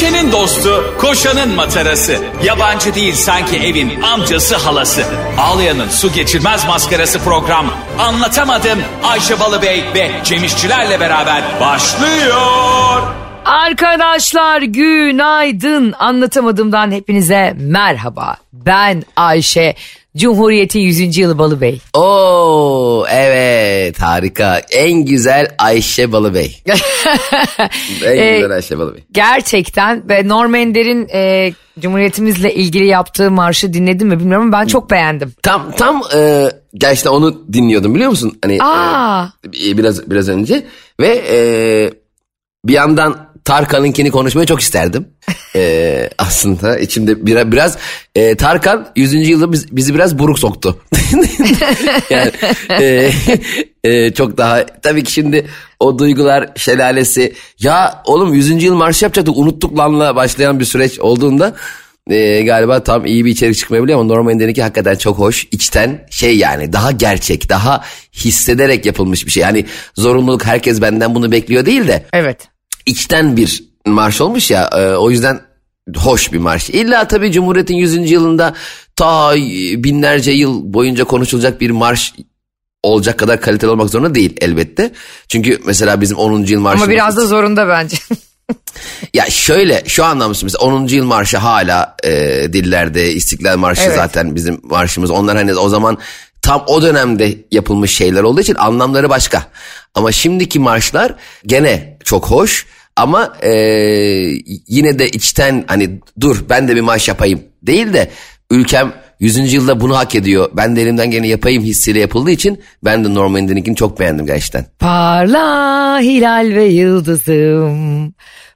Ayşe'nin dostu, koşanın matarası. Yabancı değil sanki evin amcası halası. Ağlayan'ın su geçirmez maskarası program. Anlatamadım Ayşe Balıbey ve Cemişçilerle beraber başlıyor. Arkadaşlar günaydın. Anlatamadığımdan hepinize merhaba. Ben Ayşe. Cumhuriyet'in 100. yılı Balıbey. Oo evet, harika. En güzel Ayşe Balıbey. En güzel Ayşe Balıbey. Gerçekten ve Norm Ender'in Cumhuriyetimizle ilgili yaptığı marşı dinledim mi bilmiyorum ama ben çok beğendim. Tam gerçekten onu dinliyordum, biliyor musun? Hani biraz önce ve bir yandan Tarkan'ınkini konuşmayı çok isterdim. Aslında içimde biraz Tarkan 100. yılda bizi biraz buruk soktu. Yani çok daha tabii ki şimdi o duygular şelalesi, ya oğlum 100. yıl marşı yapacaktık unuttuk lanla başlayan bir süreç olduğunda galiba tam iyi bir içerik çıkmayabiliyor ama Norm Ender'inki hakikaten çok hoş, içten yani daha gerçek, daha hissederek yapılmış bir şey. Yani zorunluluk, herkes benden bunu bekliyor değil de. Evet. İçten bir marş olmuş ya, o yüzden hoş bir marş. İlla tabii Cumhuriyet'in 100. yılında ta binlerce yıl boyunca konuşulacak bir marş olacak kadar kaliteli olmak zorunda değil elbette. Çünkü mesela bizim 10. yıl marşı. Ama biraz da zorunda bence. Ya şöyle, şu anlamda mesela 10. yıl marşı hala dillerde, İstiklal Marşı evet. Zaten bizim marşımız. Onlar hani o zaman tam o dönemde yapılmış şeyler olduğu için anlamları başka. Ama şimdiki marşlar gene çok hoş. Ama yine de içten hani dur ben de bir marş yapayım değil de ülkem 100. yılda bunu hak ediyor, ben de elimden geleni yapayım hissiyle yapıldığı için ben de Norm Ender'inkini çok beğendim gerçekten. Parla hilal ve yıldızım,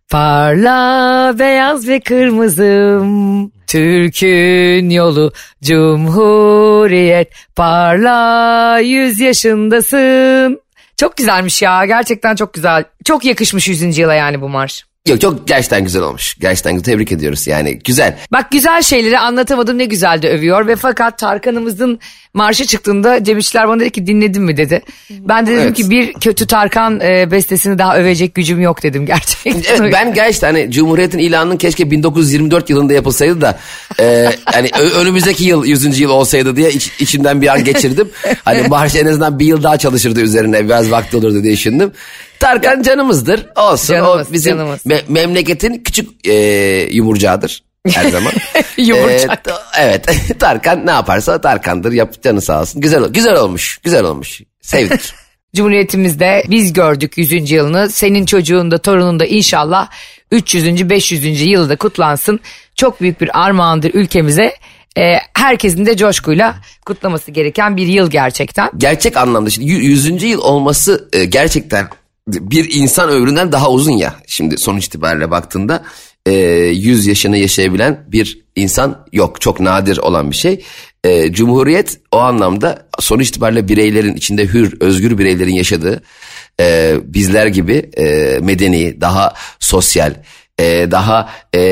parla beyaz ve kırmızım, Türk'ün yolu Cumhuriyet, parla 100 yaşındasın. Çok güzelmiş ya, gerçekten çok güzel. Çok yakışmış 100. yıla yani bu marş. Yok, çok gerçekten güzel olmuş. Gerçekten tebrik ediyoruz yani, güzel. Bak, güzel şeyleri Anlatamadım ne güzel de övüyor ve fakat Tarkan'ımızın marşı çıktığında Cem bana dedi ki dinledin mi dedi. Ben de dedim evet. Ki bir kötü Tarkan bestesini daha övecek gücüm yok dedim gerçekten. Evet, ben gerçekten hani Cumhuriyet'in ilanının keşke 1924 yılında yapılsaydı da hani önümüzdeki yıl 100. yıl olsaydı diye içimden bir an geçirdim. Hani marş en azından bir yıl daha çalışırdı üzerine, biraz vakti olurdu diye düşündüm. Tarkan canımızdır, olsun. Canımız, o bizim memleketin küçük yumurcağıdır her zaman. Yumurcak. Evet, Tarkan ne yaparsa Tarkan'dır, canı sağ olsun. Güzel olmuş, sevdik. Cumhuriyetimizde biz gördük 100. yılını, senin çocuğun da torunun da inşallah 300. 500. yılı da kutlansın. Çok büyük bir armağandır ülkemize. Herkesin de coşkuyla kutlaması gereken bir yıl gerçekten. Gerçek anlamda şimdi 100. yıl olması gerçekten bir insan ömründen daha uzun ya. Şimdi sonuç itibariyle baktığında 100 yaşını yaşayabilen bir insan yok. Çok nadir olan bir şey. Cumhuriyet o anlamda sonuç itibariyle bireylerin içinde hür, özgür bireylerin yaşadığı bizler gibi medeni, daha sosyal, daha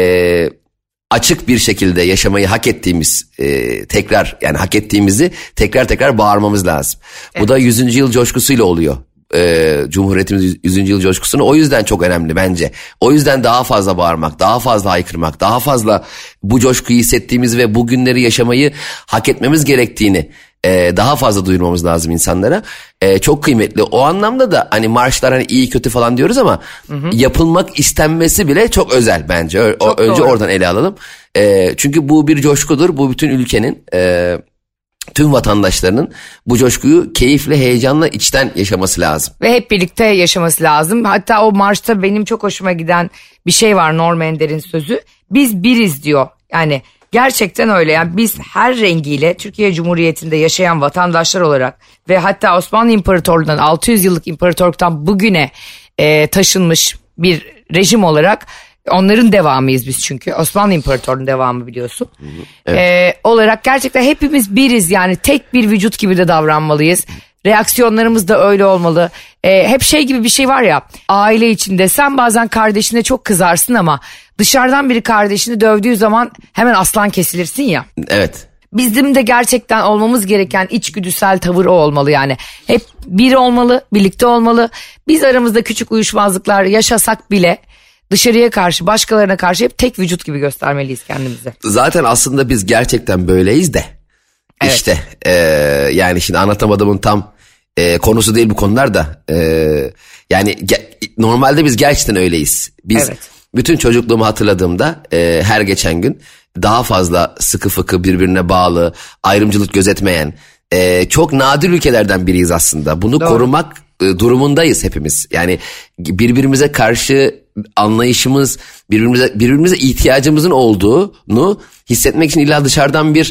açık bir şekilde yaşamayı hak ettiğimiz hak ettiğimizi tekrar bağırmamız lazım. Evet. Bu da 100. yıl coşkusuyla oluyor. Cumhuriyetimiz 100. yıl coşkusunu, o yüzden çok önemli bence. O yüzden daha fazla bağırmak, daha fazla haykırmak, daha fazla bu coşkuyu hissettiğimiz ve bu günleri yaşamayı hak etmemiz gerektiğini daha fazla duyurmamız lazım insanlara. Çok kıymetli. O anlamda da hani marşlar hani iyi kötü falan diyoruz ama yapılmak istenmesi bile çok özel bence. Önce oradan ele alalım. Çünkü bu bir coşkudur. Bu bütün ülkenin tüm vatandaşlarının bu coşkuyu keyifle, heyecanla içten yaşaması lazım. Ve hep birlikte yaşaması lazım. Hatta o marşta benim çok hoşuma giden bir şey var, Norm Ender'in sözü. Biz biriz diyor. Yani gerçekten öyle. Yani biz her rengiyle Türkiye Cumhuriyeti'nde yaşayan vatandaşlar olarak ve hatta Osmanlı İmparatorluğu'ndan 600 yıllık imparatorluktan bugüne taşınmış bir rejim olarak onların devamıyız biz, çünkü Osmanlı İmparatorluğu'nun devamı biliyorsun. Evet. Olarak gerçekten hepimiz biriz, yani tek bir vücut gibi de davranmalıyız. Reaksiyonlarımız da öyle olmalı. Hep şey gibi bir şey var ya, aile içinde sen bazen kardeşine çok kızarsın ama dışarıdan biri kardeşini dövdüğü zaman hemen aslan kesilirsin ya. Evet. Bizim de gerçekten olmamız gereken içgüdüsel tavır o olmalı yani. Hep bir olmalı, birlikte olmalı. Biz aramızda küçük uyuşmazlıklar yaşasak bile dışarıya karşı, başkalarına karşı hep tek vücut gibi göstermeliyiz kendimizi. Zaten aslında biz gerçekten böyleyiz de. Evet. İşte yani şimdi anlatamadığımın tam konusu değil bu konular da. Yani normalde biz gerçekten öyleyiz. Biz bütün çocukluğumu hatırladığımda her geçen gün daha fazla sıkı fıkı, birbirine bağlı, ayrımcılık gözetmeyen çok nadir ülkelerden biriyiz aslında. Bunu korumak durumundayız hepimiz. Yani birbirimize karşı anlayışımız, birbirimize ihtiyacımızın olduğunu hissetmek için illa dışarıdan bir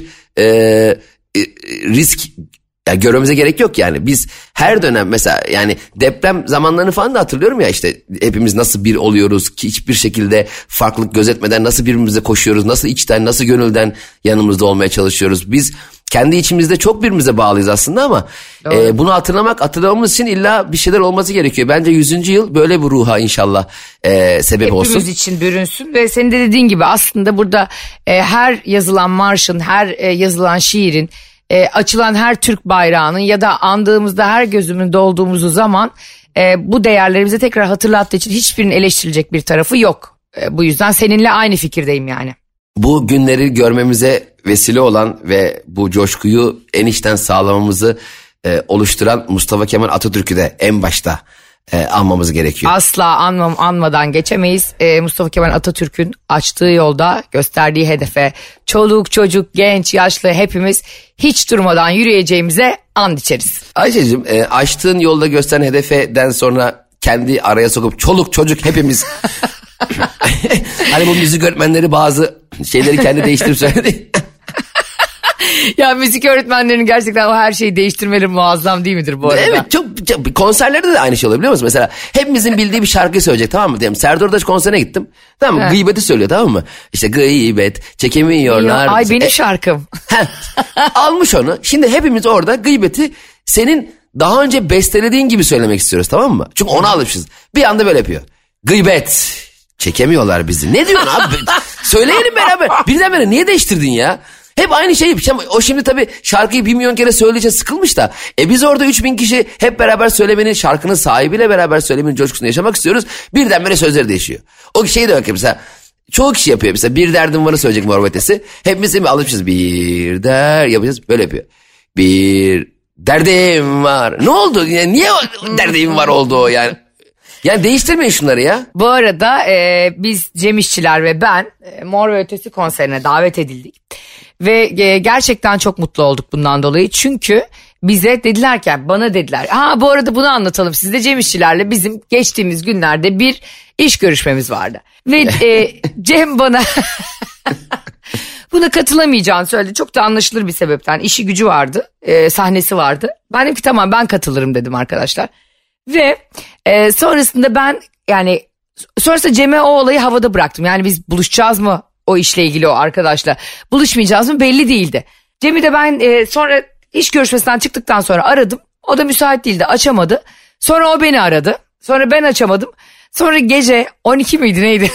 risk görmemize gerek yok yani. Biz her dönem mesela yani deprem zamanlarını falan da hatırlıyorum ya, işte hepimiz nasıl bir oluyoruz ki hiçbir şekilde farklılık gözetmeden nasıl birbirimize koşuyoruz, nasıl içten, nasıl gönülden yanımızda olmaya çalışıyoruz. Biz kendi içimizde çok birbirimize bağlıyız aslında ama bunu hatırlamamız için illa bir şeyler olması gerekiyor. Bence 100. yıl böyle bir ruha inşallah sebep olsun. Hepimiz için bürünsün ve senin de dediğin gibi aslında burada her yazılan marşın, her yazılan şiirin, açılan her Türk bayrağının ya da andığımızda her gözümün dolduğumuzu zaman bu değerlerimizi tekrar hatırlattığı için hiçbirinin eleştirilecek bir tarafı yok. Bu yüzden seninle aynı fikirdeyim yani. Bu günleri görmemize vesile olan ve bu coşkuyu en içten sağlamamızı oluşturan Mustafa Kemal Atatürk'ü de en başta anmamız gerekiyor. Asla anmadan geçemeyiz. Mustafa Kemal Atatürk'ün açtığı yolda, gösterdiği hedefe çoluk çocuk, genç, yaşlı hepimiz hiç durmadan yürüyeceğimize and içeriz. Ayşe'cim açtığın yolda gösteren hedefeden sonra kendi araya sokup çoluk çocuk hepimiz... Hani bu müzik öğretmenleri bazı şeyleri kendi değiştirip söyledi. Ya müzik öğretmenlerinin gerçekten o her şeyi değiştirmeleri muazzam değil midir bu arada? Evet, çok konserlerde de aynı şey oluyor biliyor musun? Mesela hepimizin bildiği bir şarkıyı söyleyecek, tamam mı? Diyelim Serdar Ortaç konserine gittim. Tamam mı? Gıybeti söylüyor, tamam mı? İşte gıybet çekemiyorlar. Ay benim şarkım. Almış onu. Şimdi hepimiz orada gıybeti senin daha önce bestelediğin gibi söylemek istiyoruz, tamam mı? Çünkü ona alışmışız. Bir anda böyle yapıyor. Gıybet çekemiyorlar bizi. Ne diyorsun abi? Söyleyelim beraber. Birdenbire niye değiştirdin ya? Hep aynı şeyi. O şimdi tabii şarkıyı 1 milyon kere söyleyince sıkılmış da. Biz orada 3000 kişi hep beraber söylemenin, şarkının sahibiyle beraber söylemenin coşkusunu yaşamak istiyoruz. Birdenbire sözleri değişiyor. O şeyi de bakayım mesela. Çoğu kişi yapıyor. Mesela bir derdim varı söyleyecek Mor ve Ötesi. Hepimiz mi alışmışız? Bir yapacağız. Böyle yapıyor. Bir derdim var. Ne oldu? Yani niye derdim var oldu o yani? Yani değiştirmeyin şunları ya. Bu arada biz Cem İşçiler ve ben Mor ve Ötesi konserine davet edildik. Ve gerçekten çok mutlu olduk bundan dolayı. Çünkü bize dediler ki, bana dediler. Bu arada bunu anlatalım. Siz de Cem İşçilerle bizim geçtiğimiz günlerde bir iş görüşmemiz vardı. Ve Cem bana buna katılamayacağını söyledi. Çok da anlaşılır bir sebepten. İşi gücü vardı, sahnesi vardı. Ben dedim ki tamam ben katılırım dedim arkadaşlar. Ve sonrasında ben sonrasında Cem'e o olayı havada bıraktım. Yani biz buluşacağız mı o işle ilgili o arkadaşla, buluşmayacağız mı belli değildi. Cem'i de ben sonra iş görüşmesinden çıktıktan sonra aradım. O da müsait değildi, açamadı. Sonra o beni aradı. Sonra ben açamadım. Sonra gece 12 miydi neydi?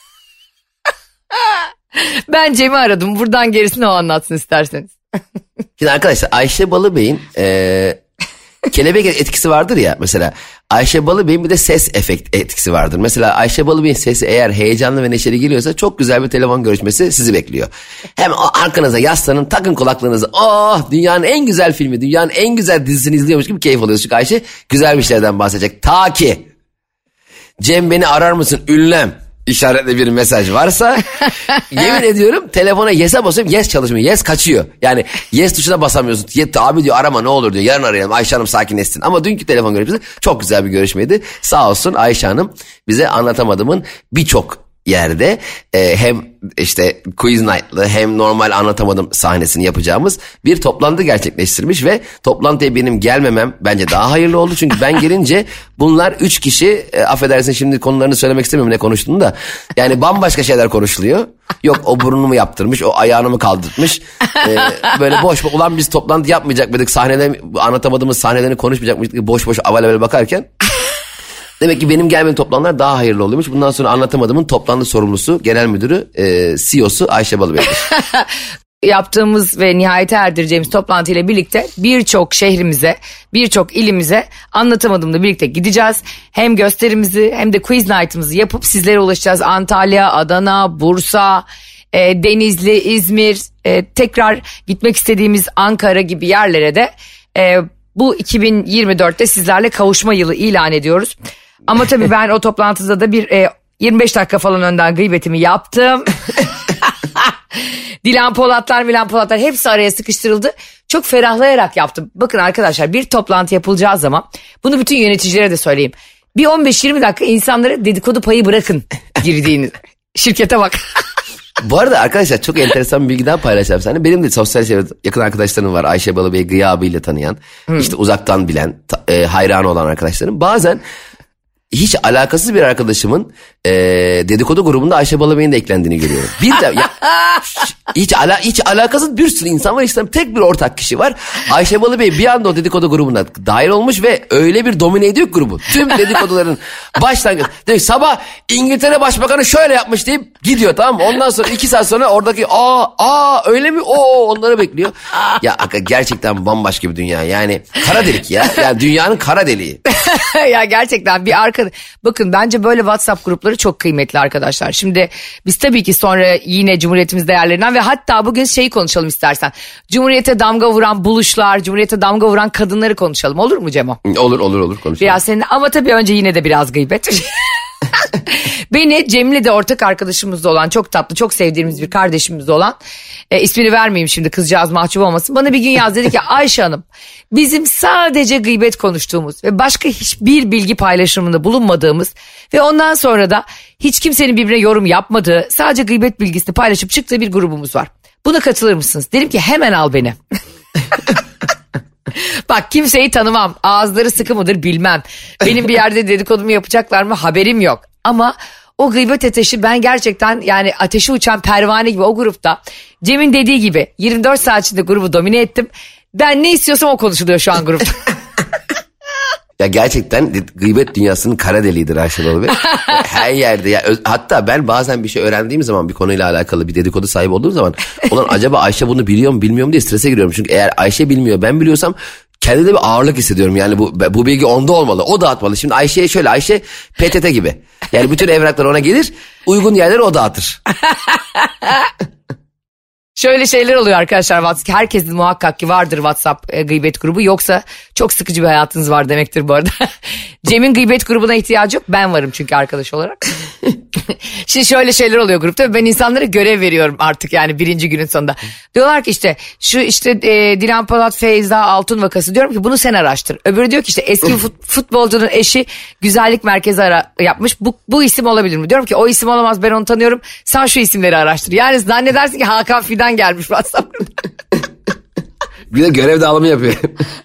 Ben Cem'i aradım. Buradan gerisini o anlatsın isterseniz. Şimdi arkadaşlar Ayşe Balıbey'in kelebek etkisi vardır ya mesela. Ayşe Balıbey'in bir de ses etkisi vardır. Mesela Ayşe Balıbey'in sesi eğer heyecanlı ve neşeli geliyorsa çok güzel bir telefon görüşmesi sizi bekliyor. Hem arkanıza yaslanın, takın kulaklığınızı. Oh, dünyanın en güzel filmi, dünyanın en güzel dizisini izliyormuş gibi keyif alıyorsunuz. Çünkü Ayşe güzel bir şeylerden bahsedecek. Ta ki Cem beni arar mısın ünlem işaretli bir mesaj varsa yemin ediyorum telefona yes'e basıyorum, yes çalışmıyor, yes kaçıyor. Yani yes tuşuna basamıyorsun. Abi diyor arama ne olur diyor, yarın arayalım Ayşe Hanım sakinleşsin. Ama dünkü telefon görüşmesi çok güzel bir görüşmeydi. Sağ olsun Ayşe Hanım bize anlatamadığımın birçok yerde hem işte Quiz Night'lı hem normal anlatamadım sahnesini yapacağımız bir toplantı gerçekleştirmiş ve toplantıya benim gelmemem bence daha hayırlı oldu. Çünkü ben gelince bunlar 3 kişi affedersin şimdi konularını söylemek istemiyorum ne konuştuğunu da yani bambaşka şeyler konuşuluyor. Yok o burnumu yaptırmış, o ayağını mı kaldırmış, böyle boş ulan biz toplantı yapmayacak mıydık, sahnede anlatamadığımız sahnelerini konuşmayacak mıydık, boş avel avel bakarken. Demek ki benim gelmediğim toplantılar daha hayırlı oluyormuş. Bundan sonra anlatamadığımın toplantı sorumlusu, genel müdürü, CEO'su Ayşe Balıbey'dir. yaptığımız ve nihayete erdireceğimiz toplantıyla birlikte birçok şehrimize, birçok ilimize Anlatamadım'la birlikte gideceğiz. Hem gösterimizi hem de quiz night'ımızı yapıp sizlere ulaşacağız. Antalya, Adana, Bursa, Denizli, İzmir, tekrar gitmek istediğimiz Ankara gibi yerlere de bu 2024'te sizlerle kavuşma yılı ilan ediyoruz. Ama tabii ben o toplantıda da bir 25 dakika falan önden gıybetimi yaptım. Dilan Polatlar hepsi araya sıkıştırıldı. Çok ferahlayarak yaptım. Bakın arkadaşlar, bir toplantı yapılacağı zaman bunu bütün yöneticilere de söyleyeyim. Bir 15-20 dakika insanlara dedikodu payı bırakın girdiğiniz. Şirkete bak. Bu arada arkadaşlar çok enteresan bir bilgi daha paylaşacağım seninle. Benim de sosyal çevrede yakın arkadaşlarım var. Ayşe Balıbey gıyabıyla tanıyan, işte uzaktan bilen, hayranı olan arkadaşlarım. Bazen hiç alakasız bir arkadaşımın dedikodu grubunda Ayşe Balıbey'in de eklendiğini görüyorum. Bir de hiç alakasız bir sürü insan var. İşte tek bir ortak kişi var. Ayşe Balıbey bir anda o dedikodu grubuna dahil olmuş ve öyle bir domine ediyor grubu. Tüm dedikoduların başlangıcı. Diyor sabah İngiltere Başbakanı şöyle yapmış deyip gidiyor, tamam mı? Ondan sonra 2 saat sonra oradaki öyle mi? Onları bekliyor. Ya gerçekten bambaşka bir dünya. Yani kara delik ya. Yani dünyanın kara deliği. Ya gerçekten bakın bence böyle WhatsApp grupları çok kıymetli arkadaşlar. Şimdi biz tabii ki sonra yine Cumhuriyetimiz değerlerinden ve hatta bugün şeyi konuşalım istersen. Cumhuriyete damga vuran buluşlar, Cumhuriyete damga vuran kadınları konuşalım, olur mu Cemo? Olur konuşalım. Biraz seninle, ama tabii önce yine de biraz gıybet. Beni Cem'le de ortak arkadaşımız olan, çok tatlı, çok sevdiğimiz bir kardeşimiz olan, ismini vermeyeyim şimdi kızcağız mahcup olmasın, bana bir gün yaz, dedi ki Ayşe Hanım, bizim sadece gıybet konuştuğumuz ve başka hiçbir bilgi paylaşımında bulunmadığımız ve ondan sonra da hiç kimsenin birbirine yorum yapmadığı, sadece gıybet bilgisini paylaşıp çıktığı bir grubumuz var. Buna katılır mısınız? Dedim ki hemen al beni. Bak, kimseyi tanımam, ağızları sıkı mıdır bilmem, benim bir yerde dedikodumu yapacaklar mı haberim yok, ama o gıybet ateşi, ben gerçekten yani ateşi uçan pervane gibi o grupta, Cem'in dediği gibi 24 saat içinde grubu domine ettim. Ben ne istiyorsam o konuşuluyor şu an grupta. Ya gerçekten gıybet dünyasının kara deliğidir Ayşe Balıbey. Her yerde ya, hatta ben bazen bir şey öğrendiğim zaman, bir konuyla alakalı bir dedikodu sahibi olduğum zaman, ulan acaba Ayşe bunu biliyor mu bilmiyor mu diye strese giriyorum. Çünkü eğer Ayşe bilmiyor, ben biliyorsam kendimde bir ağırlık hissediyorum. Yani bu bilgi onda olmalı, o dağıtmalı. Şimdi Ayşe'ye şöyle, Ayşe PTT gibi. Yani bütün evraklar ona gelir, uygun yerleri o dağıtır. Şöyle şeyler oluyor arkadaşlar WhatsApp. Herkesin muhakkak ki vardır WhatsApp gıybet grubu. Yoksa çok sıkıcı bir hayatınız var demektir bu arada. Cem'in gıybet grubuna ihtiyacı yok. Ben varım çünkü arkadaş olarak. Şimdi şöyle şeyler oluyor grupta. Ben insanlara görev veriyorum artık, yani birinci günün sonunda. Diyorlar ki işte şu Dilan Polat Feyza Altun vakası. Diyorum ki bunu sen araştır. Öbürü diyor ki işte eski futbolcunun eşi güzellik merkezi yapmış. Bu isim olabilir mi? Diyorum ki o isim olamaz, ben onu tanıyorum. Sen şu isimleri araştır. Yani zannedersin ki Hakan Fidan gelmiş WhatsApp'ta. Bir de görev dağılımı yapıyor.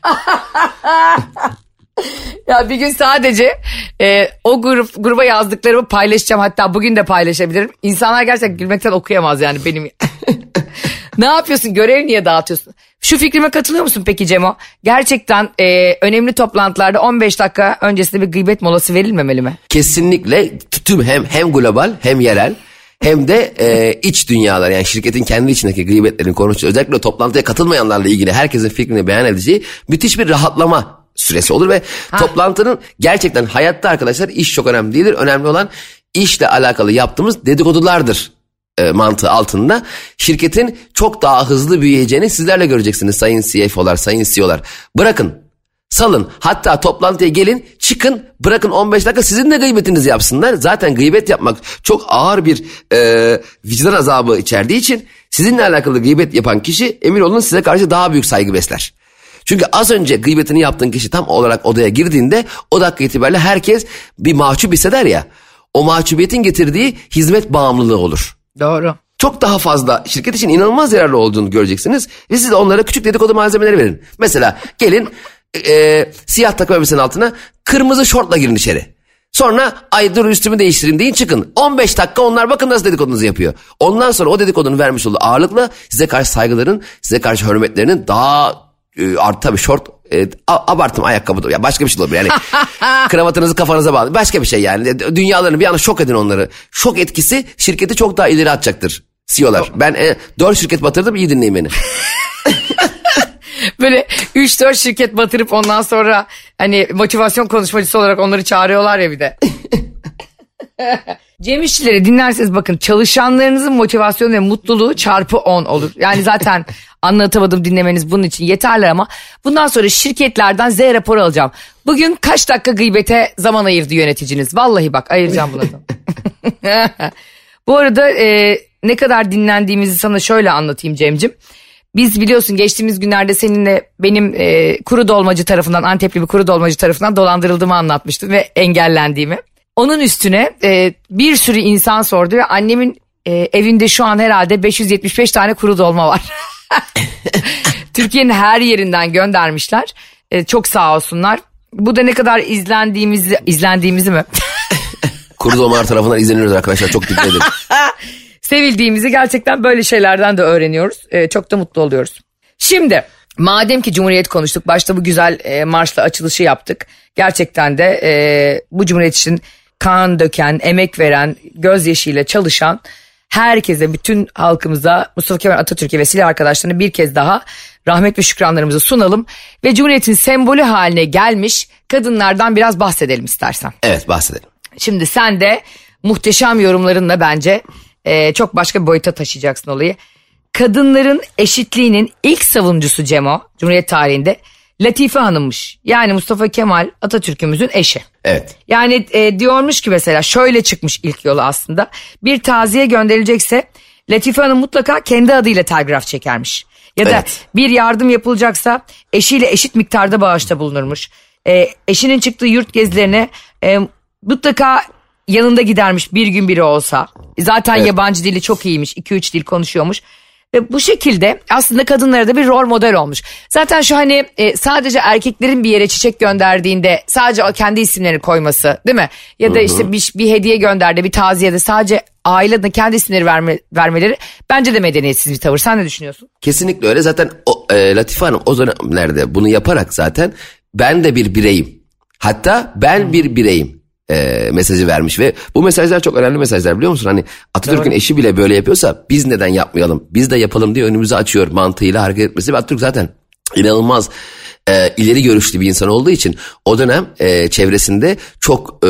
Ya bir gün sadece o gruba yazdıklarımı paylaşacağım. Hatta bugün de paylaşabilirim. İnsanlar gerçekten gülmekten okuyamaz yani benim. Ne yapıyorsun? Görev niye dağıtıyorsun? Şu fikrime katılıyor musun peki Cemo? Gerçekten önemli toplantılarda 15 dakika öncesinde bir gıybet molası verilmemeli mi? Kesinlikle, tüm hem global hem yerel hem de iç dünyalar, yani şirketin kendi içindeki gıybetlerin konuştuğu, özellikle toplantıya katılmayanlarla ilgili herkesin fikrini beyan edeceği müthiş bir rahatlama süresi olur ve toplantının gerçekten hayatta arkadaşlar iş çok önemli değildir. Önemli olan işle alakalı yaptığımız dedikodulardır mantığı altında şirketin çok daha hızlı büyüyeceğini sizlerle göreceksiniz sayın CFO'lar, sayın CEO'lar. Bırakın, salın, hatta toplantıya gelin, çıkın, bırakın 15 dakika sizin de gıybetinizi yapsınlar. Zaten gıybet yapmak çok ağır bir vicdan azabı içerdiği için sizinle alakalı gıybet yapan kişi emin olun size karşı daha büyük saygı besler. Çünkü az önce gıybetini yaptığın kişi tam olarak odaya girdiğinde o dakika itibariyle herkes bir mahcup hisseder ya. O mahcubiyetin getirdiği hizmet bağımlılığı olur. Doğru. Çok daha fazla şirket için inanılmaz yararlı olduğunu göreceksiniz. Ve siz de onlara küçük dedikodu malzemeleri verin. Mesela gelin siyah takım elbisenin altına kırmızı şortla girin içeri. Sonra ay dur üstümü değiştireyim deyin, çıkın. 15 dakika onlar bakın nasıl dedikodunuzu yapıyor. Ondan sonra o dedikodunun vermiş olduğu ağırlıkla size karşı saygıların, size karşı hürmetlerinin daha artı tabii şort abartım ayakkabı, ya başka bir şey olabilir yani. Kravatınızı kafanıza bağlayın, başka bir şey yani. Dünyalarını bir anda şok edin onları. Şok etkisi şirketi çok daha ileri atacaktır CEO'lar. Ben 4 şirket batırdım, iyi dinleyin beni. Böyle 3-4 şirket batırıp ondan sonra hani motivasyon konuşmacısı olarak onları çağırıyorlar ya bir de. Cem İşçileri dinlerseniz bakın, çalışanlarınızın motivasyonu ve mutluluğu çarpı 10 olur. Yani zaten anlatamadım, dinlemeniz bunun için yeterli ama bundan sonra şirketlerden Z raporu alacağım. Bugün kaç dakika gıybete zaman ayırdı yöneticiniz? Vallahi bak, ayıracağım buna da. Bu arada ne kadar dinlendiğimizi sana şöyle anlatayım Cem'cim. Biz biliyorsun geçtiğimiz günlerde seninle benim kuru dolmacı tarafından, Antepli bir kuru dolmacı tarafından dolandırıldığımı anlatmıştım ve engellendiğimi. Onun üstüne bir sürü insan sordu ve annemin evinde şu an herhalde 575 tane kuru dolma var. Türkiye'nin her yerinden göndermişler. Çok sağ olsunlar. Bu da ne kadar izlendiğimizi mi? Kuru dolmalar tarafından izleniyoruz arkadaşlar, çok dikkat edin. Sevildiğimizi gerçekten böyle şeylerden de öğreniyoruz. Çok da mutlu oluyoruz. Şimdi madem ki Cumhuriyet konuştuk, başta bu güzel marşla açılışı yaptık. Gerçekten de bu Cumhuriyet için kan döken, emek veren, gözyaşıyla çalışan herkese, bütün halkımıza, Mustafa Kemal Atatürk'e ve silah arkadaşlarına bir kez daha rahmet ve şükranlarımızı sunalım. Ve Cumhuriyet'in sembolü haline gelmiş kadınlardan biraz bahsedelim istersen. Evet, bahsedelim. Şimdi sen de muhteşem yorumlarınla bence çok başka bir boyuta taşıyacaksın olayı. Kadınların eşitliğinin ilk savunucusu Cemo, Cumhuriyet tarihinde Latife Hanım'mış. Yani Mustafa Kemal Atatürk'ümüzün eşi. Evet. Yani diyormuş ki mesela şöyle çıkmış ilk yolu aslında. Bir taziye gönderilecekse Latife Hanım mutlaka kendi adıyla telgraf çekermiş. Ya da bir yardım yapılacaksa eşiyle eşit miktarda bağışta bulunurmuş. Eşinin çıktığı yurt gezilerine mutlaka yanında gidermiş bir gün biri olsa. Zaten yabancı dili çok iyiymiş, 2-3 dil konuşuyormuş. Ve bu şekilde aslında kadınlara da bir rol model olmuş. Zaten şu hani sadece erkeklerin bir yere çiçek gönderdiğinde sadece o kendi isimlerini koyması, değil mi? Ya da işte bir hediye gönderdi, bir taziyede sadece ailenin kendi isimleri vermeleri bence de medeniyetsiz bir tavır. Sen ne düşünüyorsun? Kesinlikle öyle. Zaten Latife Hanım o dönemlerde bunu yaparak zaten ben de bir bireyim. Hatta ben bir bireyim mesajı vermiş ve bu mesajlar çok önemli mesajlar, biliyor musun? Hani Atatürk'ün eşi bile böyle yapıyorsa biz neden yapmayalım? Biz de yapalım diye önümüzü açıyor mantığıyla hareket etmesi ve Atatürk zaten inanılmaz ileri görüşlü bir insan olduğu için o dönem çevresinde çok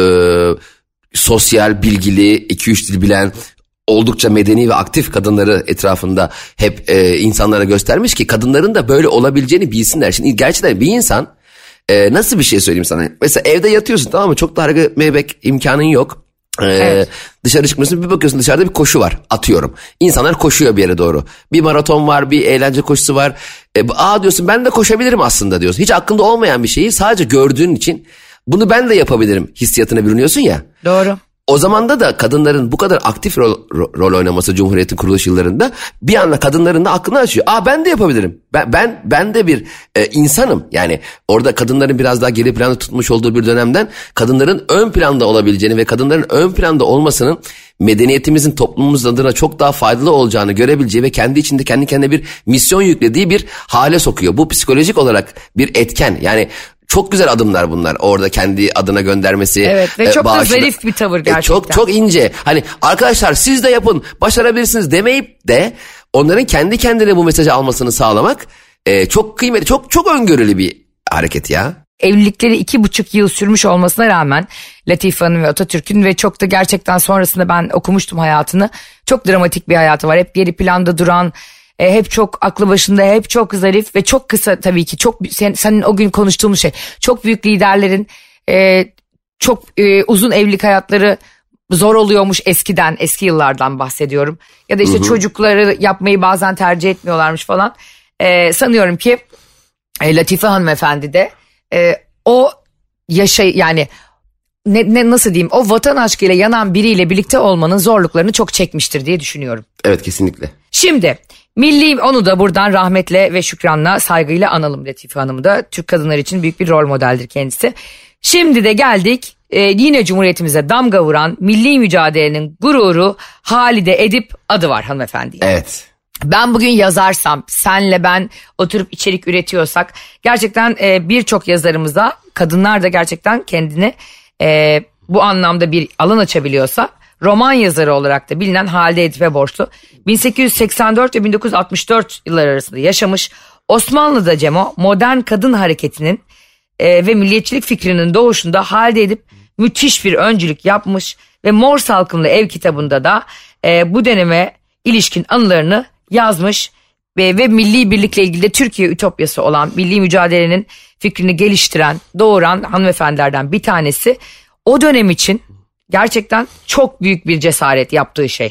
sosyal, bilgili, 2-3 dil bilen, oldukça medeni ve aktif kadınları etrafında hep insanlara göstermiş ki kadınların da böyle olabileceğini bilsinler. Şimdi gerçekten bir insan nasıl bir şey söyleyeyim sana? Mesela evde yatıyorsun, tamam mı? Çok da hareket etmeye imkanın yok. Dışarı çıkmıyorsun, bir bakıyorsun dışarıda bir koşu var, atıyorum. İnsanlar koşuyor bir yere doğru. Bir maraton var, bir eğlence koşusu var. Diyorsun ben de koşabilirim aslında diyorsun. Hiç aklında olmayan bir şeyi sadece gördüğün için bunu ben de yapabilirim hissiyatına bürünüyorsun ya. Doğru. O zamanda da kadınların bu kadar aktif rol oynaması Cumhuriyet'in kuruluş yıllarında bir anda kadınların da aklını açıyor. Ben de yapabilirim. Ben de bir insanım. Yani orada kadınların biraz daha geri planda tutmuş olduğu bir dönemden kadınların ön planda olabileceğini ve kadınların ön planda olmasının medeniyetimizin, toplumumuz adına çok daha faydalı olacağını görebileceği ve kendi içinde kendi kendine bir misyon yüklediği bir hale sokuyor. Bu psikolojik olarak bir etken. Yani çok güzel adımlar bunlar. Orada kendi adına göndermesi. Evet ve çok da zarif bir tavır gerçekten. Çok ince. Hani arkadaşlar siz de yapın, başarabilirsiniz demeyip de onların kendi kendine bu mesajı almasını sağlamak çok kıymetli, çok öngörülü bir hareket ya. Evlilikleri 2,5 yıl sürmüş olmasına rağmen Latife Hanım ve Atatürk'ün ve çok da gerçekten sonrasında ben okumuştum hayatını. Çok dramatik bir hayatı var. Hep geri planda duran, hep çok aklı başında, hep çok zarif ve çok kısa tabii ki. Çok senin o gün konuştuğumuz şey. Çok büyük liderlerin çok uzun evlilik hayatları zor oluyormuş eskiden, eski yıllardan bahsediyorum. Ya da işte çocukları yapmayı bazen tercih etmiyorlarmış falan. Sanıyorum ki Latife hanımefendi de o yani nasıl diyeyim, o vatan aşkıyla yanan biriyle birlikte olmanın zorluklarını çok çekmiştir diye düşünüyorum. Evet, kesinlikle. Şimdi onu da buradan rahmetle ve şükranla, saygıyla analım. Latife Hanım'ı da Türk kadınları için büyük bir rol modeldir kendisi. Şimdi de geldik yine Cumhuriyetimize damga vuran milli mücadelenin gururu Halide Edip adı var hanımefendi. Evet. Ben bugün yazarsam, senle ben oturup içerik üretiyorsak gerçekten birçok yazarımıza, kadınlar da gerçekten kendini bu anlamda bir alan açabiliyorsa roman yazarı olarak da bilinen Halide Edip'e borçlu. 1884 ve 1964 yılları arasında yaşamış. Osmanlı'da Cemo modern kadın hareketinin ve milliyetçilik fikrinin doğuşunda Halide Edip müthiş bir öncülük yapmış ve Mor Salkımlı Ev kitabında da bu döneme ilişkin anılarını yazmış ve milli birlikle ilgili de Türkiye ütopyası olan milli mücadelenin fikrini geliştiren, doğuran hanımefendilerden bir tanesi. O dönem için gerçekten çok büyük bir cesaret yaptığı şey.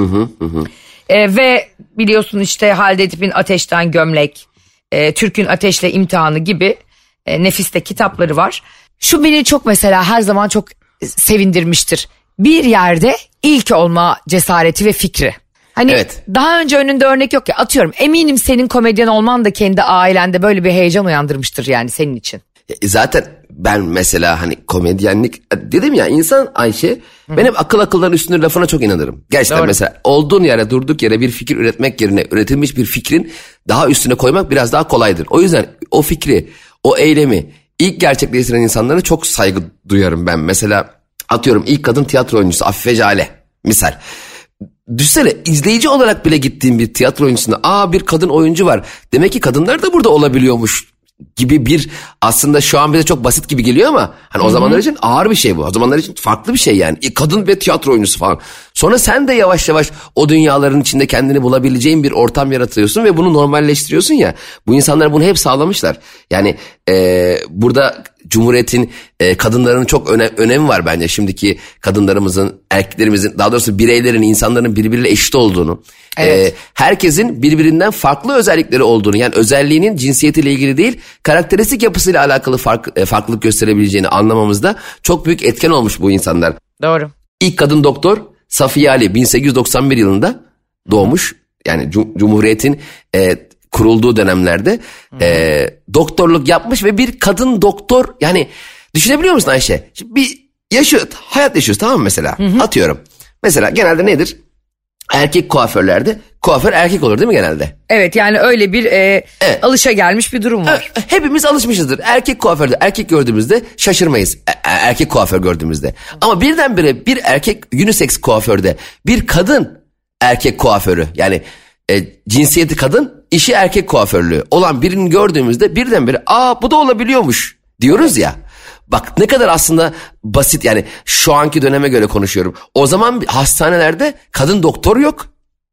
Ve biliyorsun işte Halide Edip'in Ateşten Gömlek, Türk'ün Ateşle İmtihanı gibi nefis de kitapları var. Şu beni çok mesela her zaman çok sevindirmiştir. Bir yerde ilk olma cesareti ve fikri. Hani evet. Daha önce önünde örnek yok ya, atıyorum eminim senin komedyen olman da kendi ailende böyle bir heyecan uyandırmıştır yani senin için. Zaten ben mesela hani komedyenlik dedim ya, insan Ayşe ben hep akılların üstünde lafına çok inanırım. Gerçekten doğru. Mesela olduğun yere durduk yere bir fikir üretmek yerine üretilmiş bir fikrin daha üstüne koymak biraz daha kolaydır. O yüzden o fikri, o eylemi ilk gerçekleştiren insanlara çok saygı duyarım ben. Mesela atıyorum ilk kadın tiyatro oyuncusu Afife Jale misal. Düşünsene, izleyici olarak bile gittiğim bir tiyatro oyuncusunda bir kadın oyuncu var, demek ki kadınlar da burada olabiliyormuş gibi bir, aslında şu an bize çok basit gibi geliyor ama hani o zamanlar için ağır bir şey bu. O zamanlar için farklı bir şey yani. Kadın ve tiyatro oyuncusu falan. Sonra sen de yavaş yavaş o dünyaların içinde kendini bulabileceğin bir ortam yaratıyorsun ve bunu normalleştiriyorsun ya. Bu insanlar bunu hep sağlamışlar. Yani burada Cumhuriyet'in kadınların çok önemi var bence. Şimdiki kadınlarımızın, erkeklerimizin, daha doğrusu bireylerin, insanların birbiriyle eşit olduğunu, evet. Herkesin birbirinden farklı özellikleri olduğunu, yani özelliğinin cinsiyetiyle ilgili değil, karakteristik yapısıyla alakalı farklılık gösterebileceğini anlamamızda çok büyük etken olmuş bu insanlar. Doğru. İlk kadın doktor Safiye Ali 1891 yılında doğmuş. Yani Cumhuriyet'in kurulduğu dönemlerde doktorluk yapmış ve bir kadın doktor, yani düşünebiliyor musun Ayşe? Şimdi bir hayat yaşıyoruz, tamam mı mesela? Atıyorum. Mesela genelde nedir? Erkek kuaförlerde kuaför erkek olur değil mi genelde? Evet, yani öyle bir evet. Alışagelmiş bir durum var. Hepimiz alışmışızdır. Erkek kuaförde erkek gördüğümüzde şaşırmayız. Erkek kuaför gördüğümüzde. Ama birdenbire bir erkek unisex kuaförde bir kadın erkek kuaförü, yani cinsiyeti kadın, işi erkek kuaförlüğü olan birini gördüğümüzde birdenbire bu da olabiliyormuş diyoruz ya. Bak ne kadar aslında basit, yani şu anki döneme göre konuşuyorum. O zaman hastanelerde kadın doktor yok.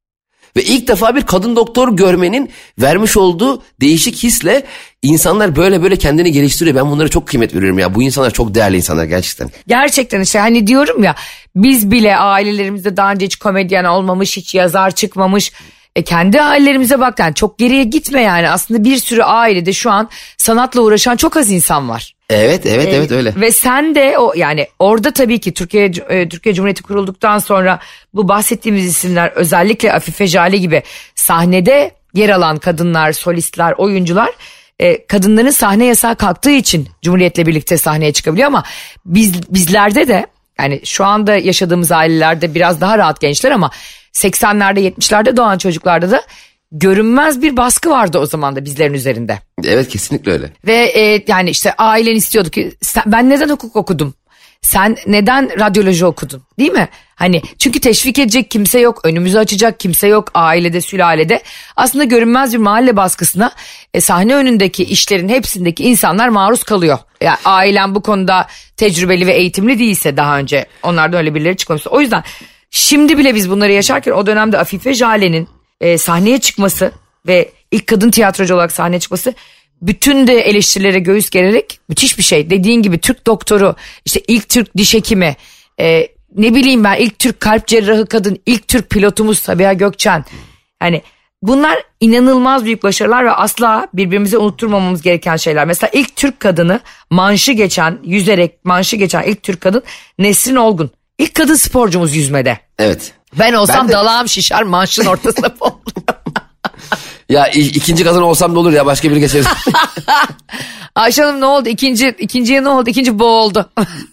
Ve ilk defa bir kadın doktor görmenin vermiş olduğu değişik hisle insanlar böyle kendini geliştiriyor. Ben bunlara çok kıymet veriyorum ya. Bu insanlar çok değerli insanlar gerçekten. Gerçekten işte hani diyorum ya, biz bile ailelerimizde daha önce hiç komedyen olmamış, hiç yazar çıkmamış. Kendi ailelerimize bak, yani çok geriye gitme yani. Aslında bir sürü ailede şu an sanatla uğraşan çok az insan var. Evet öyle. Ve sen de yani orada tabii ki Türkiye Cumhuriyeti kurulduktan sonra bu bahsettiğimiz isimler, özellikle Afife Jale gibi sahnede yer alan kadınlar, solistler, oyuncular, kadınların sahne yasağı kalktığı için Cumhuriyet'le birlikte sahneye çıkabiliyor ama bizlerde de, yani şu anda yaşadığımız ailelerde biraz daha rahat gençler ama 80'lerde 70'lerde doğan çocuklarda da görünmez bir baskı vardı o zaman da bizlerin üzerinde. Evet, kesinlikle öyle. Ve yani işte ailen istiyordu ki ben neden hukuk okudum? Sen neden radyoloji okudun? Değil mi? Hani çünkü teşvik edecek kimse yok, önümüzü açacak kimse yok ailede, sülalede. Aslında görünmez bir mahalle baskısına sahne önündeki işlerin hepsindeki insanlar maruz kalıyor. Yani ailen bu konuda tecrübeli ve eğitimli değilse, daha önce onlardan öyle birileri çıkmamışsa. O yüzden şimdi bile biz bunları yaşarken o dönemde Afife Jale'nin sahneye çıkması ve ilk kadın tiyatrocu olarak sahneye çıkması bütün de eleştirilere göğüs gererek müthiş bir şey. Dediğin gibi Türk doktoru, işte ilk Türk diş hekimi, ne bileyim ben, ilk Türk kalp cerrahı kadın, ilk Türk pilotumuz Sabiha Gökçen. Yani bunlar inanılmaz büyük başarılar ve asla birbirimize unutturmamamız gereken şeyler. Mesela ilk Türk kadını yüzerek manşı geçen ilk Türk kadın Nesrin Olgun. İlk kadın sporcumuz yüzmede. Evet. Ben olsam dalağım şişer, manşın ortasına pomluyorum. Ya ikinci kadın olsam da olur ya, başka biri geçeriz. Ayşe Hanım ne oldu? İkinciye ne oldu? İkinci boğuldu.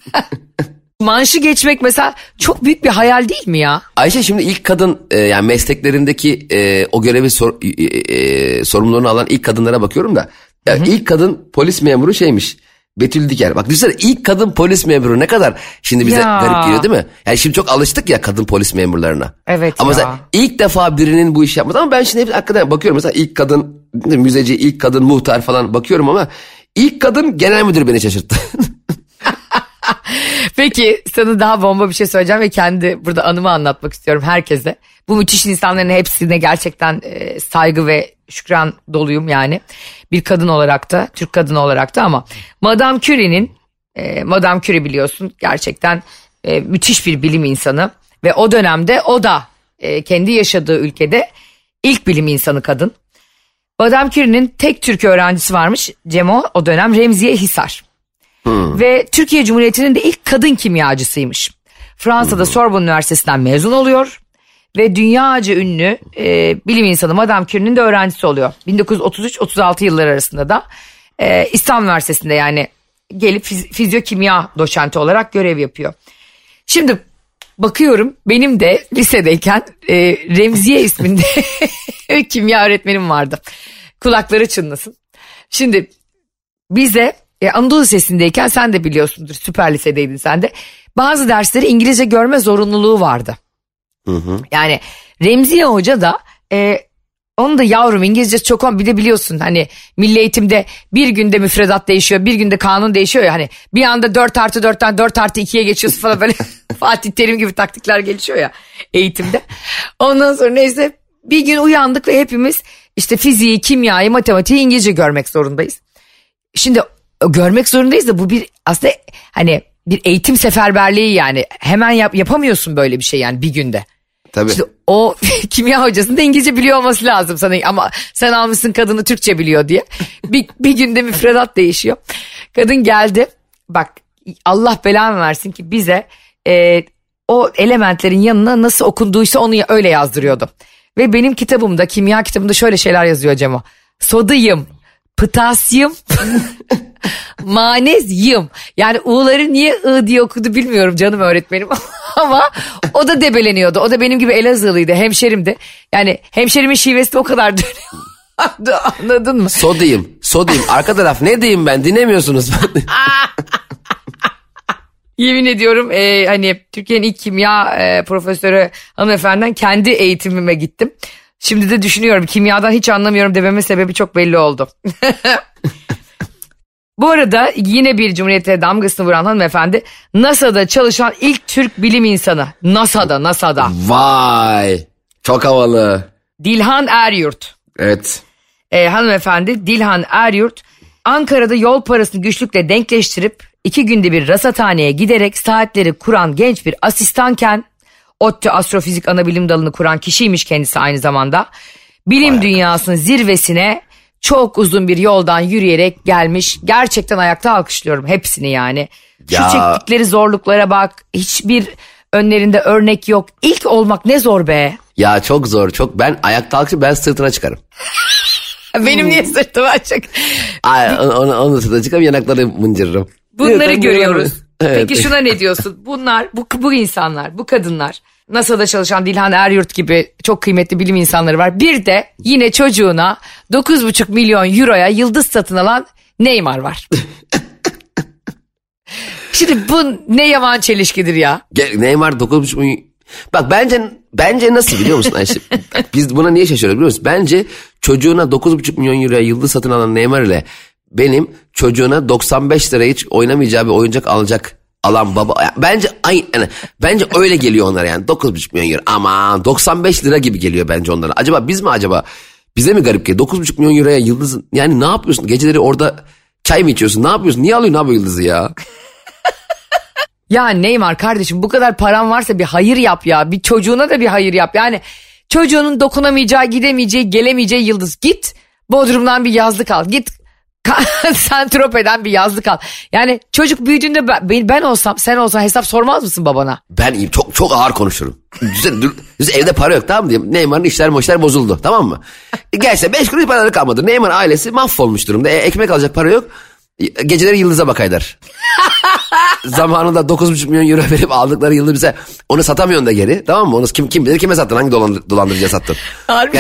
Manşı geçmek mesela çok büyük bir hayal değil mi ya? Ayşe, şimdi ilk kadın yani mesleklerindeki o görevi sorumluluğunu alan ilk kadınlara bakıyorum da. Yani ilk kadın polis memuru şeymiş. Betül Diker. Bak düşünsene, ilk kadın polis memuru ne kadar şimdi bize garip geliyor değil mi? Yani şimdi çok alıştık ya kadın polis memurlarına. Evet ama ya. mesela ilk defa birinin bu işi yapmadı, ama ben şimdi hep hakikaten bakıyorum. Mesela ilk kadın müzeci, ilk kadın muhtar falan bakıyorum, ama ilk kadın genel müdür beni şaşırttı. Peki sana daha bomba bir şey söyleyeceğim ve kendi burada anımı anlatmak istiyorum herkese. Bu müthiş insanların hepsine gerçekten saygı ve şükran doluyum yani. Bir kadın olarak da, Türk kadını olarak da. Ama Madame Curie'nin, Madame Curie biliyorsun gerçekten müthiş bir bilim insanı. Ve o dönemde o da kendi yaşadığı ülkede ilk bilim insanı kadın. Madame Curie'nin tek Türk öğrencisi varmış Cemo, o dönem Remziye Hisar. Ve Türkiye Cumhuriyeti'nin de ilk kadın kimyacısıymış. Fransa'da Sorbonne Üniversitesi'nden mezun oluyor. Ve dünyaca ünlü bilim insanı Madame Curie'nin de öğrencisi oluyor. 1933-36 yılları arasında da İstanbul Üniversitesi'nde yani gelip fizyokimya doçenti olarak görev yapıyor. Şimdi bakıyorum benim de lisedeyken Remziye isminde kimya öğretmenim vardı. Kulakları çınlasın. Şimdi bize Anadolu Lisesi'ndeyken sen de biliyorsundur, süper lisedeydin sen de. Bazı dersleri İngilizce görme zorunluluğu vardı. Yani Remziye Hoca da onun da yavrum İngilizce çok, bir de biliyorsun hani milli eğitimde bir günde müfredat değişiyor, bir günde kanun değişiyor ya, hani bir anda 4+4'ten 4+2'ye geçiyorsun falan, böyle Fatih Terim gibi taktikler gelişiyor ya eğitimde. Ondan sonra neyse bir gün uyandık ve hepimiz işte fiziği, kimyayı, matematiği İngilizce görmek zorundayız. Şimdi görmek zorundayız da bu bir aslında hani bir eğitim seferberliği yani, hemen yapamıyorsun böyle bir şey yani bir günde. Tabii. İşte o kimya hocasının da İngilizce biliyor olması lazım sana, ama sen almışsın kadını Türkçe biliyor diye. Bir günde müfredat değişiyor. Kadın geldi, bak Allah belanı versin ki bize o elementlerin yanına nasıl okunduysa onu öyle yazdırıyordu. Ve benim kitabımda, kimya kitabımda şöyle şeyler yazıyor Cemo. Sodyum, potasyum, manezyum. Yani U'ları niye I diye okudu bilmiyorum canım öğretmenim. Ama o da debeleniyordu. O da benim gibi Elazığlıydı, hemşerimdi. Yani hemşerimin şivesi de o kadar dönüyordu. Anladın mı? Sodyum. Arka taraf ne diyeyim ben, dinlemiyorsunuz. Yemin ediyorum hani Türkiye'nin ilk kimya profesörü hanımefendiden kendi eğitimime gittim. Şimdi de düşünüyorum, kimyadan hiç anlamıyorum dememin sebebi çok belli oldu. Bu arada yine bir Cumhuriyet'e damgasını vuran hanımefendi, NASA'da çalışan ilk Türk bilim insanı. NASA'da. Vay, çok havalı. Dilhan Eryurt. Evet. Hanımefendi Dilhan Eryurt Ankara'da yol parasını güçlükle denkleştirip 2 günde bir rasathaneye giderek saatleri kuran genç bir asistanken, ODTÜ Astrofizik Anabilim Dalı'nı kuran kişiymiş kendisi aynı zamanda. Bilim dünyasının zirvesine çok uzun bir yoldan yürüyerek gelmiş. Gerçekten ayakta alkışlıyorum hepsini yani. Şu çektikleri zorluklara bak. Hiçbir önlerinde örnek yok. İlk olmak ne zor be. Ya çok zor, çok. Ben ayakta alkışlıyorum, ben sırtına çıkarım. Benim niye sırtım açık? Onu sırtına çıkarım, yanakları mıncırırım. Bunları görüyoruz. Evet. Peki şuna ne diyorsun? Bunlar, bu insanlar, bu kadınlar, NASA'da çalışan Dilhan Eryurt gibi çok kıymetli bilim insanları var. Bir de yine çocuğuna 9,5 milyon euroya yıldız satın alan Neymar var. Şimdi bu ne yaman çelişkidir ya. Neymar 9,5 milyon... Bak bence nasıl biliyor musun Ayşe? Biz buna niye şaşırıyoruz biliyor musun? Bence çocuğuna 9,5 milyon euroya yıldız satın alan Neymar ile benim çocuğuna 95 liraya hiç oynamayacağı bir oyuncak alan baba. Bence öyle geliyor onlara yani. 9,5 milyon euro. Aman 95 lira gibi geliyor bence onlara. Acaba biz mi bize mi garip geliyor? 9,5 milyon euroya yıldız, yani ne yapıyorsun? Geceleri orada çay mı içiyorsun? Ne yapıyorsun? Niye alıyorsun abi yıldızı ya? Ya Neymar kardeşim, bu kadar paran varsa bir hayır yap ya. Bir çocuğuna da bir hayır yap. Yani çocuğunun dokunamayacağı, gidemeyeceği, gelemeyeceği yıldız. Git Bodrum'dan bir yazlık al. Git Saint-Tropez'den bir yazlık al. Yani çocuk büyüdüğünde ben olsam, sen olsan hesap sormaz mısın babana? Ben iyiyim, çok ağır konuşurum. Evde para yok, tamam mı diyeyim. Neymar'ın işler bozuldu, tamam mı? Gelse 5 kuruş paraları kalmadı. Neymar ailesi mahvolmuş durumda. Ekmek alacak para yok. Geceleri yıldıza bakaylar. Zamanında 9,5 milyon euro verip aldıkları yıldız bize, onu satamıyorsun da geri, tamam mı? Onu kim bilir kime sattın, hangi dolandırıcıya sattın. Harbi. Yani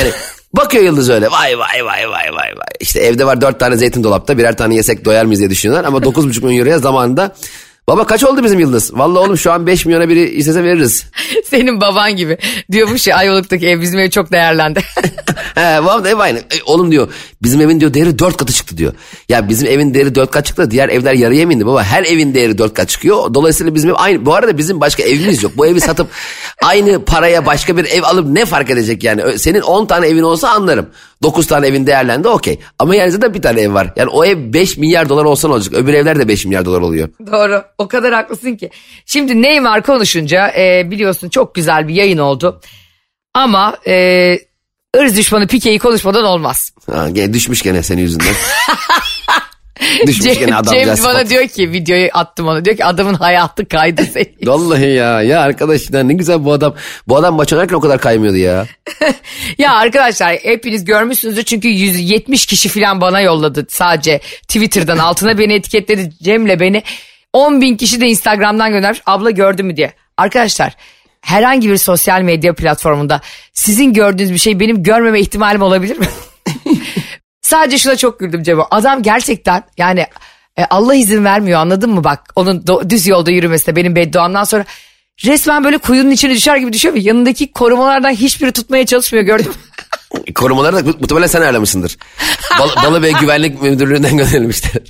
Bakıyor Yıldız öyle. Vay vay vay vay vay vay. İşte evde var 4 tane zeytin dolapta. Birer tane yesek doyar mıyız diye düşünüyorlar. Ama 9,5 milyon euroya zamanında. Baba kaç oldu bizim Yıldız? Vallahi oğlum şu an 5 milyona biri istese veririz. Senin baban gibi. Diyormuş ya Ayvalık'taki ev bizim ev çok değerlendi. Babam da ev aynı. Oğlum diyor bizim evin diyor değeri 4 katı çıktı diyor. Ya bizim evin değeri 4 kat çıktı da diğer evler yarıya mı indi baba? Her evin değeri 4 kat çıkıyor. Dolayısıyla bizim ev aynı. Bu arada bizim başka evimiz yok. Bu evi satıp aynı paraya başka bir ev alıp ne fark edecek yani? Senin 10 tane evin olsa anlarım. 9 tane evin değerlendi okey. Ama yani zaten bir tane ev var. Yani o ev 5 milyar dolar olsa ne olacak? Öbür evler de 5 milyar dolar oluyor. Doğru. O kadar haklısın ki. Şimdi Neymar konuşunca biliyorsun çok güzel bir yayın oldu. Ama ırz düşmanı Piqué'yi konuşmadan olmaz. Düşmüş gene senin yüzünden. Düşmüş gene adamcağız. Cem bana diyor ki videoyu attım ona. Diyor ki adamın hayatı kaydı senin. Vallahi ya. Ya arkadaşlar ne güzel bu adam. Bu adam maç oynarken o kadar kaymıyordu ya. Ya arkadaşlar hepiniz görmüşsünüzdür. Çünkü 170 kişi falan bana yolladı. Sadece Twitter'dan altına beni etiketledi. Cem'le beni. 10.000 kişi de Instagram'dan göndermiş. Abla gördün mü diye. Arkadaşlar herhangi bir sosyal medya platformunda sizin gördüğünüz bir şey benim görmeme ihtimalim olabilir mi? Sadece şuna çok güldüm Cemo. Adam gerçekten yani Allah izin vermiyor anladın mı bak. Onun düz yolda yürümesine benim bedduamdan sonra resmen böyle kuyunun içine düşer gibi düşüyor. Yanındaki korumalardan hiçbiri tutmaya çalışmıyor gördün mü? Korumaları da muhtemelen sen ayarlamışsındır. Balıbey Güvenlik Müdürlüğü'nden gönderilmiştir.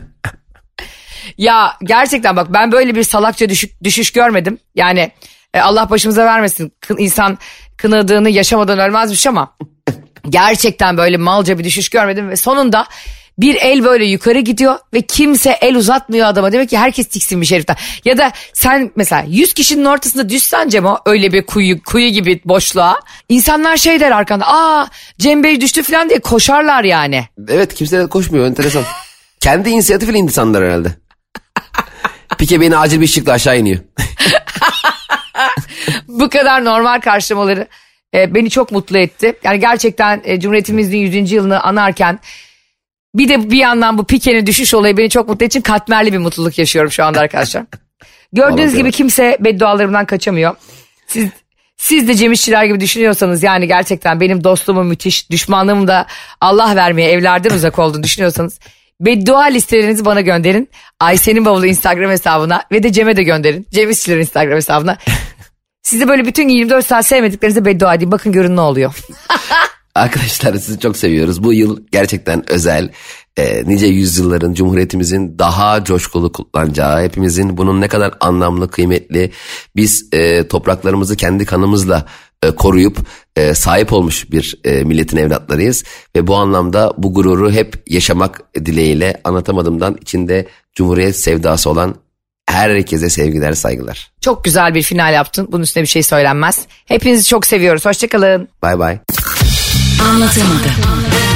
Ya gerçekten bak ben böyle bir salakça düşüş görmedim. Yani Allah başımıza vermesin. İnsan kınadığını yaşamadan ölmezmiş ama gerçekten böyle malca bir düşüş görmedim. Ve sonunda bir el böyle yukarı gidiyor ve kimse el uzatmıyor adama. Demek ki herkes tiksinmiş heriften. Ya da sen mesela 100 kişinin ortasında düşsen Cem o öyle bir kuyu gibi boşluğa. İnsanlar şey der arkanda Cem Bey düştü falan diye koşarlar yani. Evet kimse de koşmuyor enteresan. Kendi inisiyatifiyle indi sandılar herhalde. Pique beni acil bir ışıkla aşağı iniyor. Bu kadar normal karşılamaları beni çok mutlu etti. Yani gerçekten Cumhuriyetimizin 100. yılını anarken bir de bir yandan bu Pique'nin düşüş olayı beni çok mutlu ettiği için katmerli bir mutluluk yaşıyorum şu anda arkadaşlar. Gördüğünüz gibi kimse beddualarımdan kaçamıyor. Siz de Cem İşçiler gibi düşünüyorsanız yani gerçekten benim dostluğumun müthiş, düşmanlığımın da Allah vermeye evlerden uzak olduğunu düşünüyorsanız beddua listelerinizi bana gönderin. Ayşe'nin bavulu Instagram hesabına ve de Cem'e de gönderin. Cem İşçiler'in Instagram hesabına. Size böyle bütün 24 saat sevmediklerinize beddua edeyim. Bakın görün ne oluyor. Arkadaşlar sizi çok seviyoruz. Bu yıl gerçekten özel. Nice yüzyılların Cumhuriyetimizin daha coşkulu kutlanacağı, hepimizin bunun ne kadar anlamlı, kıymetli, biz topraklarımızı kendi kanımızla koruyup sahip olmuş bir milletin evlatlarıyız. Ve bu anlamda bu gururu hep yaşamak dileğiyle anlatamadığımdan içinde Cumhuriyet sevdası olan herkese sevgiler, saygılar. Çok güzel bir final yaptın. Bunun üstüne bir şey söylenmez. Hepinizi çok seviyoruz. Hoşçakalın. Bye bye. Anlatamadım.